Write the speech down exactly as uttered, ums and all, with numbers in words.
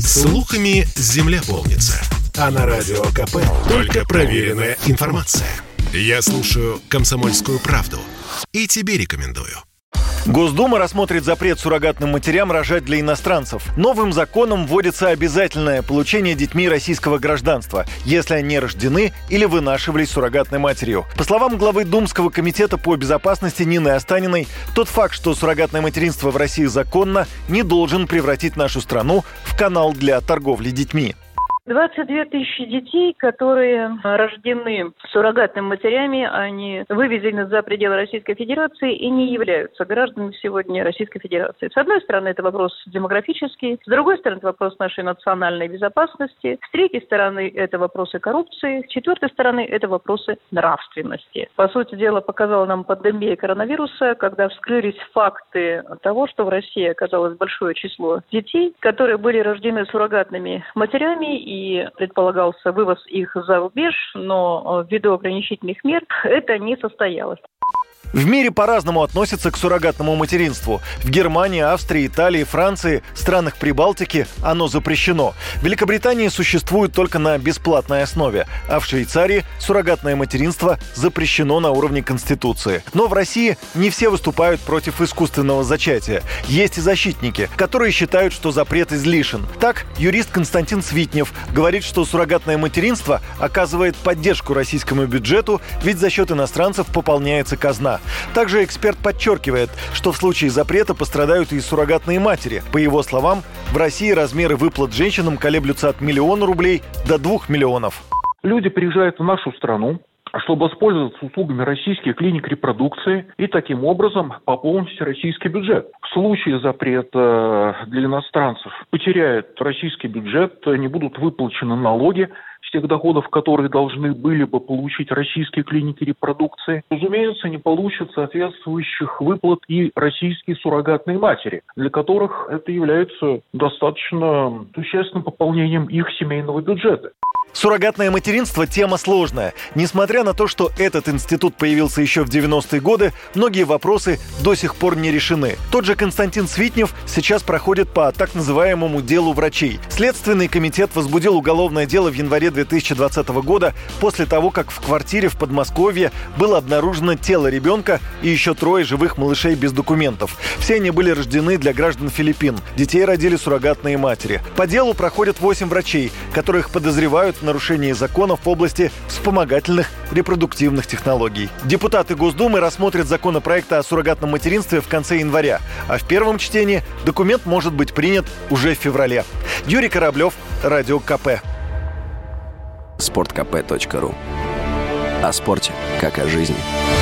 Слухами земля полнится. А на Радио КП только проверенная информация. Я слушаю «Комсомольскую правду» и тебе рекомендую. Госдума рассмотрит запрет суррогатным матерям рожать для иностранцев. Новым законом вводится обязательное получение детьми российского гражданства, если они рождены или вынашивались суррогатной матерью. По словам главы Думского комитета по безопасности Нины Останиной, тот факт, что суррогатное материнство в России законно, не должен превратить нашу страну в канал для торговли детьми. двадцать две тысячи детей, которые рождены суррогатными матерями, они вывезены за пределы Российской Федерации и не являются гражданами сегодня Российской Федерации. С одной стороны, это вопрос демографический, с другой стороны, это вопрос нашей национальной безопасности, с третьей стороны, это вопросы коррупции, с четвертой стороны, это вопросы нравственности. По сути дела, показала нам пандемия коронавируса, когда вскрылись факты того, что в России оказалось большое число детей, которые были рождены суррогатными матерями, и И предполагался вывоз их за рубеж, но ввиду ограничительных мер это не состоялось. В мире по-разному относятся к суррогатному материнству. В Германии, Австрии, Италии, Франции, странах Прибалтики оно запрещено. В Великобритании существует только на бесплатной основе, а в Швейцарии суррогатное материнство запрещено на уровне Конституции. Но в России не все выступают против искусственного зачатия. Есть и защитники, которые считают, что запрет излишен. Так, юрист Константин Свитнев говорит, что суррогатное материнство оказывает поддержку российскому бюджету, ведь за счет иностранцев пополняется казна. Также эксперт подчеркивает, что в случае запрета пострадают и суррогатные матери. По его словам, в России размеры выплат женщинам колеблются от миллиона рублей до двух миллионов. Люди приезжают в нашу страну, чтобы воспользоваться услугами российских клиник репродукции и таким образом пополнить российский бюджет. В случае запрета для иностранцев потеряет российский бюджет, не будут выплачены налоги с тех доходов, которые должны были бы получить российские клиники репродукции. Разумеется, не получат соответствующих выплат и российские суррогатные матери, для которых это является достаточно существенным пополнением их семейного бюджета. Суррогатное материнство – тема сложная. Несмотря на то, что этот институт появился еще в девяностые годы, многие вопросы до сих пор не решены. Тот же Константин Свитнев сейчас проходит по так называемому делу врачей. Следственный комитет возбудил уголовное дело в январе две тысячи двадцатого года после того, как в квартире в Подмосковье было обнаружено тело ребенка и еще трое живых малышей без документов. Все они были рождены для граждан Филиппин. Детей родили суррогатные матери. По делу проходят восемь врачей, которых подозревают в нарушении законов в области вспомогательных репродуктивных технологий. Депутаты Госдумы рассмотрят законопроект о суррогатном материнстве в конце января, а в первом чтении документ может быть принят уже в феврале. Юрий Кораблев, Радио КП. спорт кэ пэ точка ру. О спорте, как о жизни.